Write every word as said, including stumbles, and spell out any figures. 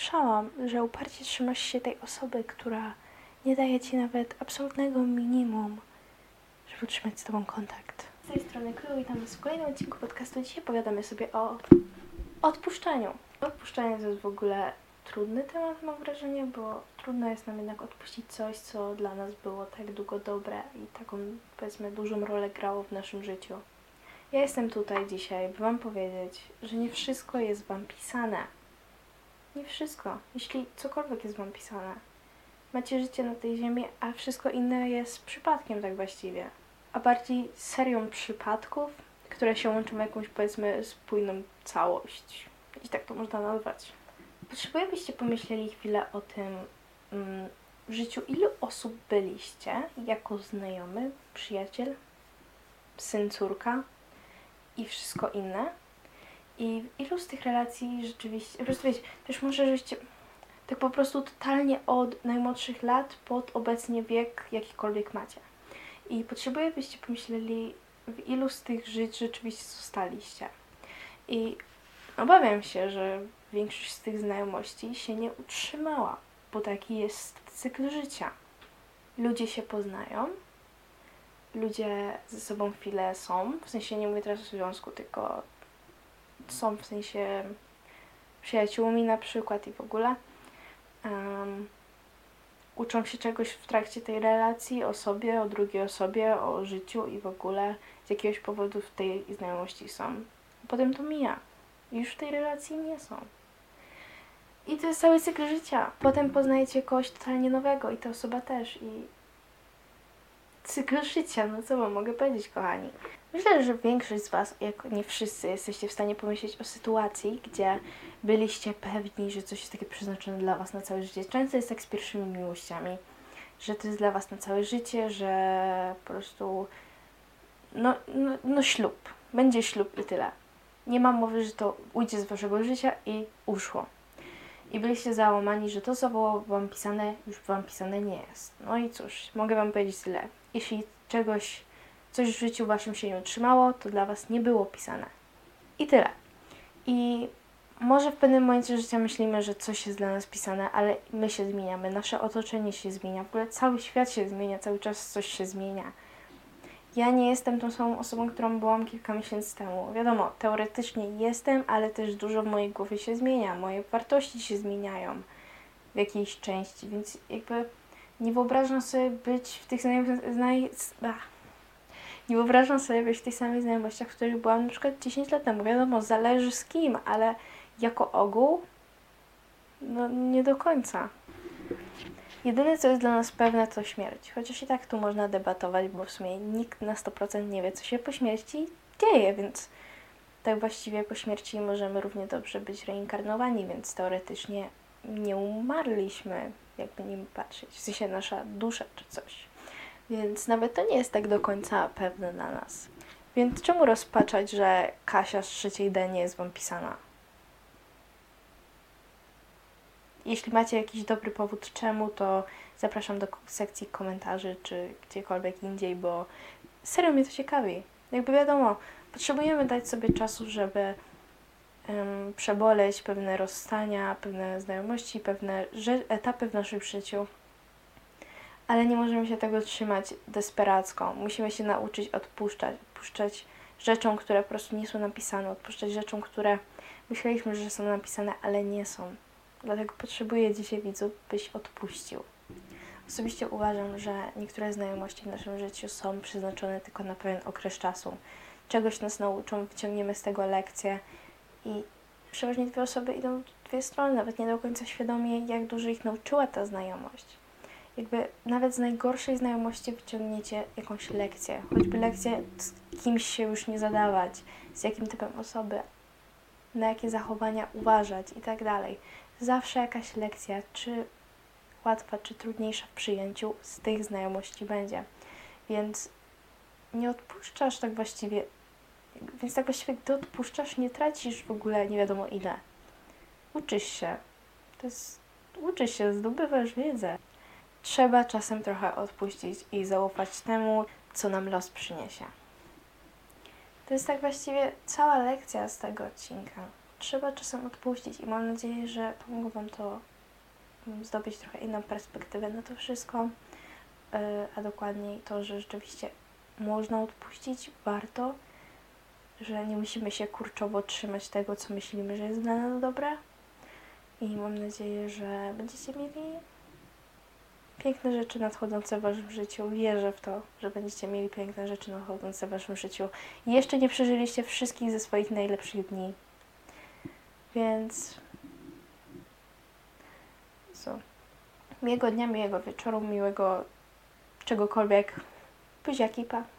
słyszałam, że uparcie trzymasz się tej osoby, która nie daje ci nawet absolutnego minimum, żeby utrzymać z tobą kontakt. Z tej strony Kru, witam was w kolejnym odcinku podcastu. Dzisiaj pogadamy sobie o odpuszczaniu. Odpuszczanie to jest w ogóle trudny temat, mam wrażenie, bo trudno jest nam jednak odpuścić coś, co dla nas było tak długo dobre i taką, powiedzmy, dużą rolę grało w naszym życiu. Ja jestem tutaj dzisiaj, by wam powiedzieć, że nie wszystko jest wam pisane. Nie wszystko. Jeśli cokolwiek jest wam pisane. Macie życie na tej ziemi, a wszystko inne jest przypadkiem tak właściwie. A bardziej serią przypadków, które się łączą w jakąś, powiedzmy, spójną całość. I tak to można nazwać. Potrzebuję, byście pomyśleli chwilę o tym mm, w życiu, ilu osób byliście jako znajomy, przyjaciel, syn, córka i wszystko inne. I w ilu z tych relacji rzeczywiście, po prostu wiecie, też może żeście tak po prostu totalnie od najmłodszych lat pod obecnie wiek jakikolwiek macie. I potrzebuję, byście pomyśleli, w ilu z tych żyć rzeczywiście zostaliście. I obawiam się, że większość z tych znajomości się nie utrzymała, bo taki jest cykl życia. Ludzie się poznają, ludzie ze sobą chwilę są, w sensie nie mówię teraz o związku, tylko są w sensie przyjaciółmi na przykład i w ogóle. Um, uczą się czegoś w trakcie tej relacji, o sobie, o drugiej osobie, o życiu i w ogóle z jakiegoś powodu w tej znajomości są. A potem to mija. I już w tej relacji nie są. I to jest cały cykl życia. Potem poznajecie kogoś totalnie nowego i ta osoba też. I cykl życia, no co wam mogę powiedzieć, kochani. Myślę, że większość z was, jak nie wszyscy, jesteście w stanie pomyśleć o sytuacji, gdzie byliście pewni, że coś jest takie przeznaczone dla was na całe życie. Często jest tak z pierwszymi miłościami, że to jest dla was na całe życie, że po prostu no, no, no ślub. Będzie ślub i tyle. Nie mam mowy, że to ujdzie z waszego życia i uszło. I byliście załamani, że to, co było wam pisane, już wam pisane nie jest. No i cóż, mogę wam powiedzieć tyle. Jeśli czegoś, coś w życiu waszym się nie utrzymało, to dla was nie było pisane. I tyle. I może w pewnym momencie życia myślimy, że coś jest dla nas pisane, ale my się zmieniamy, nasze otoczenie się zmienia, w ogóle cały świat się zmienia, cały czas coś się zmienia. Ja nie jestem tą samą osobą, którą byłam kilka miesięcy temu. Wiadomo, teoretycznie jestem, ale też dużo w mojej głowie się zmienia. Moje wartości się zmieniają w jakiejś części, więc jakby nie wyobrażam sobie być w tych znajomych... Znaj... Nie wyobrażam sobie być w tych samych znajomościach, w których byłam na przykład dziesięć lat temu. Wiadomo, zależy z kim, ale jako ogół no nie do końca. Jedyne, co jest dla nas pewne, to śmierć. Chociaż i tak tu można debatować, bo w sumie nikt na sto procent nie wie, co się po śmierci dzieje, więc tak właściwie po śmierci możemy równie dobrze być reinkarnowani, więc teoretycznie nie umarliśmy, jakby nie patrzeć, w sensie nasza dusza czy coś. Więc nawet to nie jest tak do końca pewne dla nas. Więc czemu rozpaczać, że Kasia z trzeciej D nie jest wam pisana? Jeśli macie jakiś dobry powód czemu, to zapraszam do sekcji komentarzy czy gdziekolwiek indziej, bo serio mnie to ciekawi. Jakby wiadomo, potrzebujemy dać sobie czasu, żeby um, przeboleć pewne rozstania, pewne znajomości, pewne etapy w naszym życiu. Ale nie możemy się tego trzymać desperacko. Musimy się nauczyć odpuszczać. Odpuszczać rzeczom, które po prostu nie są napisane. Odpuszczać rzeczom, które myśleliśmy, że są napisane, ale nie są. Dlatego potrzebuję dzisiaj, widzów, byś odpuścił. Osobiście uważam, że niektóre znajomości w naszym życiu są przeznaczone tylko na pewien okres czasu. Czegoś nas nauczą, wyciągniemy z tego lekcje i przeważnie dwie osoby idą w dwie strony, nawet nie do końca świadomie, jak dużo ich nauczyła ta znajomość. Jakby nawet z najgorszej znajomości wyciągniecie jakąś lekcję. Choćby lekcję, z kimś się już nie zadawać, z jakim typem osoby, na jakie zachowania uważać i tak dalej. Zawsze jakaś lekcja, czy łatwa, czy trudniejsza w przyjęciu, z tych znajomości będzie. Więc nie odpuszczasz tak właściwie, więc tak właściwie gdy odpuszczasz, nie tracisz w ogóle nie wiadomo ile. Uczysz się. To jest, uczysz się, zdobywasz wiedzę. Trzeba czasem trochę odpuścić i zaufać temu, co nam los przyniesie. To jest tak właściwie cała lekcja z tego odcinka. trzeba czasem odpuścić i mam nadzieję, że pomogło Wam to zdobyć trochę inną perspektywę na to wszystko, a dokładniej to, że rzeczywiście można odpuścić, warto, że nie musimy się kurczowo trzymać tego, co myślimy, że jest dla nas dobre. I mam nadzieję, że będziecie mieli piękne rzeczy nadchodzące w Waszym życiu. Wierzę w to, że będziecie mieli piękne rzeczy nadchodzące w Waszym życiu. Jeszcze nie przeżyliście wszystkich ze swoich najlepszych dni. Więc co? Miłego dnia, miłego wieczoru, miłego czegokolwiek. Buziaki, pa!